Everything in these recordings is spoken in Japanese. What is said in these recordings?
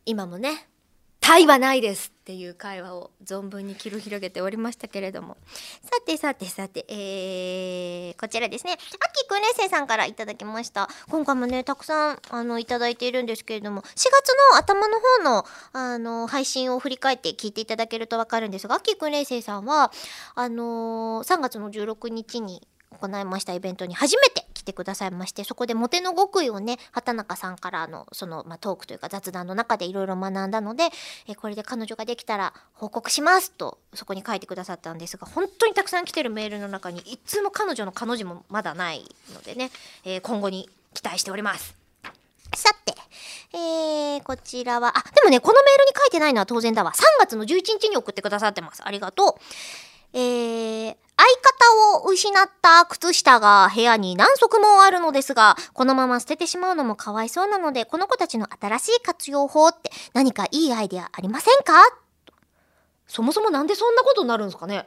今もねタイはないですっていう会話を存分に繰り広げておりましたけれども、さてこちらですね、あきくんれいせいさんからいただきました。今回もねたくさんいただいているんですけれども、4月の頭の方の配信を振り返って聞いていただけると分かるんですが、あきくんれいせいさんは3月の16日に行いましたイベントに初めて来てくださいまして、そこでモテの極意をね畑中さんからのトークというか雑談の中でいろいろ学んだので、これで彼女ができたら報告しますとそこに書いてくださったんですが、本当にたくさん来てるメールの中にいつも彼女の彼女もまだないのでね、今後に期待しております。さて、こちらはでもねこのメールに書いてないのは当然だわ。3月の11日に送ってくださってます。ありがとう。相方を失った靴下が部屋に何足もあるのですが、このまま捨ててしまうのもかわいそうなので、この子たちの新しい活用法って何かいいアイデアありませんか？そもそもなんでそんなことになるんですかね。な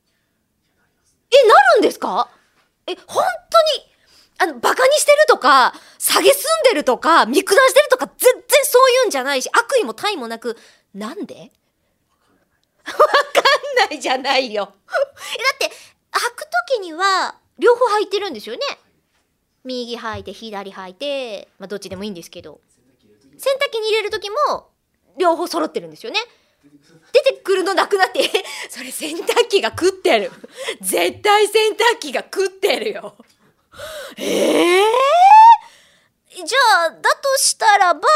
るんですか？本当にバカにしてるとか下げすんでるとか見下してるとか全然そういうんじゃないし、悪意も大もなく、なんでわかんないじゃないよだって履く時には両方履いてるんですよね。右履いて左履いて、どっちでもいいんですけど、洗濯機に入れる時も両方揃ってるんですよね。出てくるのなくなってそれ洗濯機が食ってる絶対洗濯機が食ってるよじゃあだとしたらば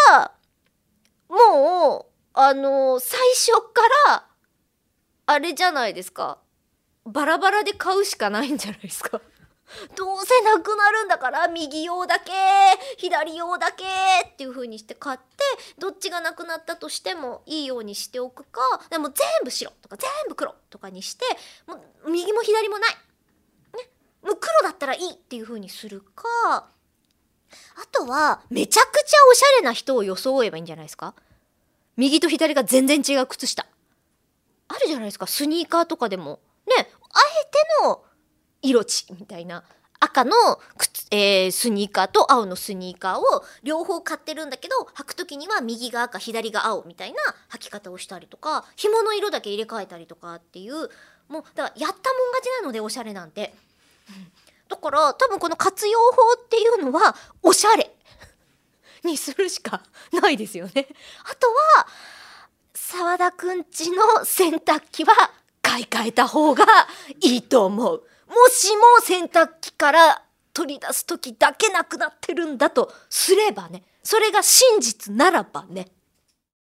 もう最初からあれじゃないですか、バラバラで買うしかないんじゃないですかどうせなくなるんだから右用だけ左用だけっていう風にして買って、どっちがなくなったとしてもいいようにしておくか、でも全部白とか全部黒とかにしてもう右も左もない、ね、もう黒だったらいいっていう風にするか、あとはめちゃくちゃおしゃれな人を装えばいいんじゃないですか。右と左が全然違う靴下あるじゃないですか。スニーカーとかでもね、あえての色地みたいな、赤のスニーカーと青のスニーカーを両方買ってるんだけど、履く時には右が赤左が青みたいな履き方をしたりとか、紐の色だけ入れ替えたりとかっていう、もうだからやったもん勝ちなのでおしゃれなんて、だから多分この活用法っていうのはおしゃれにするしかないですよね。あとは沢田くんちの洗濯機は買い替えた方がいいと思う。もしも洗濯機から取り出す時だけなくなってるんだとすればね、それが真実ならばね。